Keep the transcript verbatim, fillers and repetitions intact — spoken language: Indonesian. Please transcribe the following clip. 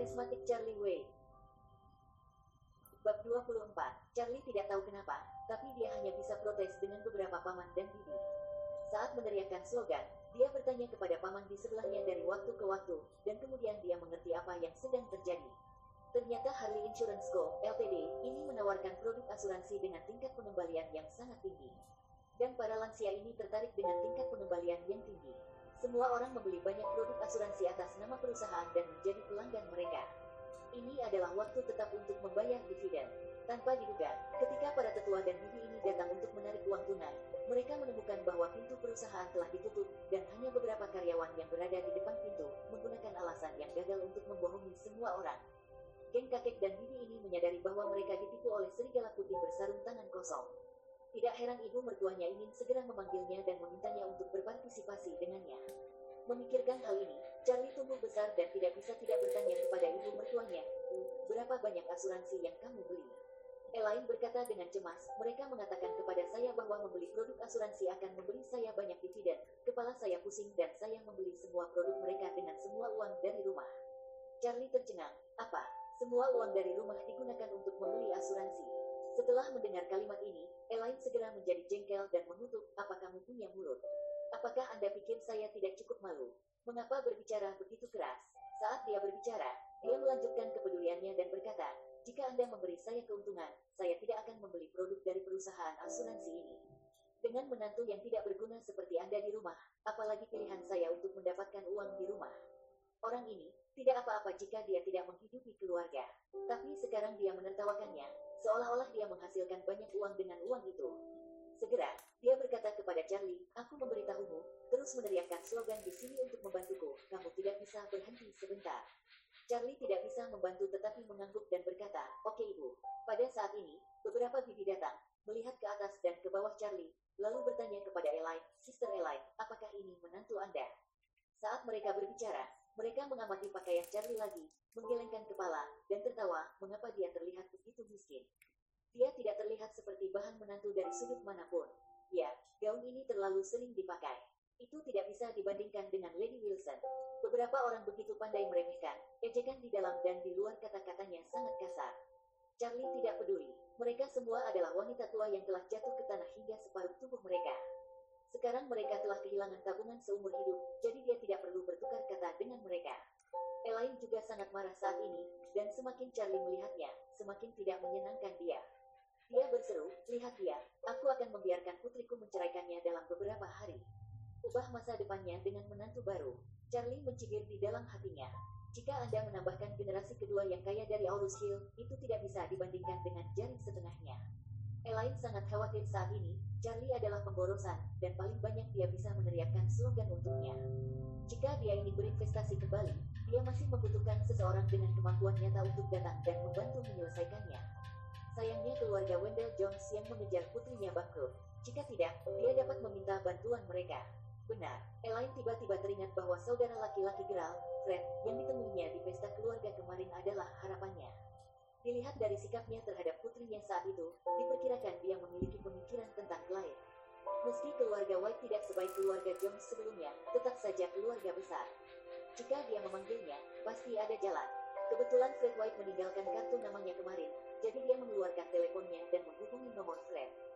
Karismatik Charlie Wade. Bab dua puluh empat. Charlie tidak tahu kenapa, tapi dia hanya bisa protes dengan beberapa paman dan bibi. Saat meneriakkan slogan, dia bertanya kepada paman di sebelahnya dari waktu ke waktu, dan kemudian dia mengerti apa yang sedang terjadi. Ternyata Harley Insurance Co. Ltd. ini menawarkan produk asuransi dengan tingkat pengembalian yang sangat tinggi. Dan para lansia ini tertarik dengan tingkat pengembalian yang tinggi. Semua orang membeli banyak produk asuransi atas nama perusahaan dan menjadi pelanggan mereka. Ini adalah waktu tetap untuk membayar dividen. Tanpa diduga, ketika para tetua dan bibi ini datang untuk menarik uang tunai, mereka menemukan bahwa pintu perusahaan telah ditutup, dan hanya beberapa karyawan yang berada di depan pintu, menggunakan alasan yang gagal untuk membohongi semua orang. Geng kakek dan bibi ini menyadari bahwa mereka ditipu oleh serigala putih bersarung tangan kosong. Tidak heran ibu mertuanya ingin segera memanggilnya dan memintanya untuk berpartisipasi dengannya. Memikirkan hal ini, Charlie tumbuh besar dan tidak bisa tidak bertanya kepada ibu mertuanya, "Berapa banyak asuransi yang kamu beli?" Elaine berkata dengan cemas, "Mereka mengatakan kepada saya bahwa membeli produk asuransi akan memberi saya banyak dividen. Kepala saya pusing dan saya membeli semua produk mereka dengan semua uang dari rumah." Charlie tercengang. "Apa? Semua uang dari rumah digunakan untuk membeli asuransi?" Setelah mendengar kalimat ini, Elaine segera menjadi jengkel dan mengutuk, "Apa kamu punya mulut? Apakah Anda pikir saya tidak cukup malu? Mengapa berbicara begitu keras?" Saat dia berbicara, dia melanjutkan kepeduliannya dan berkata, "Jika Anda memberi saya keuntungan, saya tidak akan membeli produk dari perusahaan asuransi ini. Dengan menantu yang tidak berguna seperti Anda di rumah, apalagi pilihan saya untuk mendapatkan uang di rumah. Orang ini tidak apa-apa jika dia tidak menghidupi keluarga." Tapi sekarang dia menertawakannya, seolah-olah dia menghasilkan banyak uang dengan uang itu. Segera, dia berkata kepada Charlie, "Aku memberitahumu, terus meneriakkan slogan di sini untuk membantuku, kamu tidak bisa berhenti sebentar." Charlie tidak bisa membantu tetapi mengangguk dan berkata, "Oke ibu." Pada saat ini, beberapa bibi datang, melihat ke atas dan ke bawah Charlie, lalu bertanya kepada Elaine, "Sister Elaine, apakah ini menantu Anda?" Saat mereka berbicara, mereka mengamati pakaian Charlie lagi, menggelengkan kepala, dan tertawa, mengapa dia terlihat begitu miskin. Dia tidak terlihat seperti bahan menantu dari sudut manapun. Ya, gaun ini terlalu sering dipakai. Itu tidak bisa dibandingkan dengan Lady Wilson. Beberapa orang begitu pandai meremehkan, ejekan di dalam dan di luar kata-katanya sangat kasar. Charlie tidak peduli, mereka semua adalah wanita tua yang telah jatuh ke tanah hingga separuh tubuh mereka. Sekarang mereka telah kehilangan tabungan seumur hidup, jadi dia tidak perlu bertukar kata dengan mereka. Elaine juga sangat marah saat ini, dan semakin Charlie melihatnya, semakin tidak menyenangkan dia. Dia berseru, "Lihat dia, aku akan membiarkan putriku menceraikannya dalam beberapa hari. Ubah masa depannya dengan menantu baru." Charlie mencibir di dalam hatinya. Jika Anda menambahkan generasi kedua yang kaya dari Aurus Hill, itu tidak bisa dibandingkan dengan jari setengahnya. Elaine sangat khawatir saat ini, Charlie adalah pemborosan, dan paling banyak dia bisa meneriakkan slogan untuknya. Jika dia ingin berinvestasi kembali, dia masih membutuhkan seseorang dengan kemampuan nyata untuk datang dan membantu menyelesaikannya. Sayangnya keluarga Wendell Jones yang mengejar putrinya bangkrut. Jika tidak, dia dapat meminta bantuan mereka. Benar, Elaine tiba-tiba teringat bahwa saudara laki-laki Gerald, Fred, yang ditemuinya di pesta keluarga kemarin adalah harapannya. Dilihat dari sikapnya terhadap putrinya saat itu, diperkirakan dia memiliki pemikiran tentang Clyde. Meski keluarga White tidak sebaik keluarga Jones sebelumnya, tetap saja keluarga besar. Jika dia memanggilnya, pasti ada jalan. Kebetulan Fred White meninggalkan kartu namanya kemarin, jadi dia mengeluarkan teleponnya dan menghubungi nomor Fred.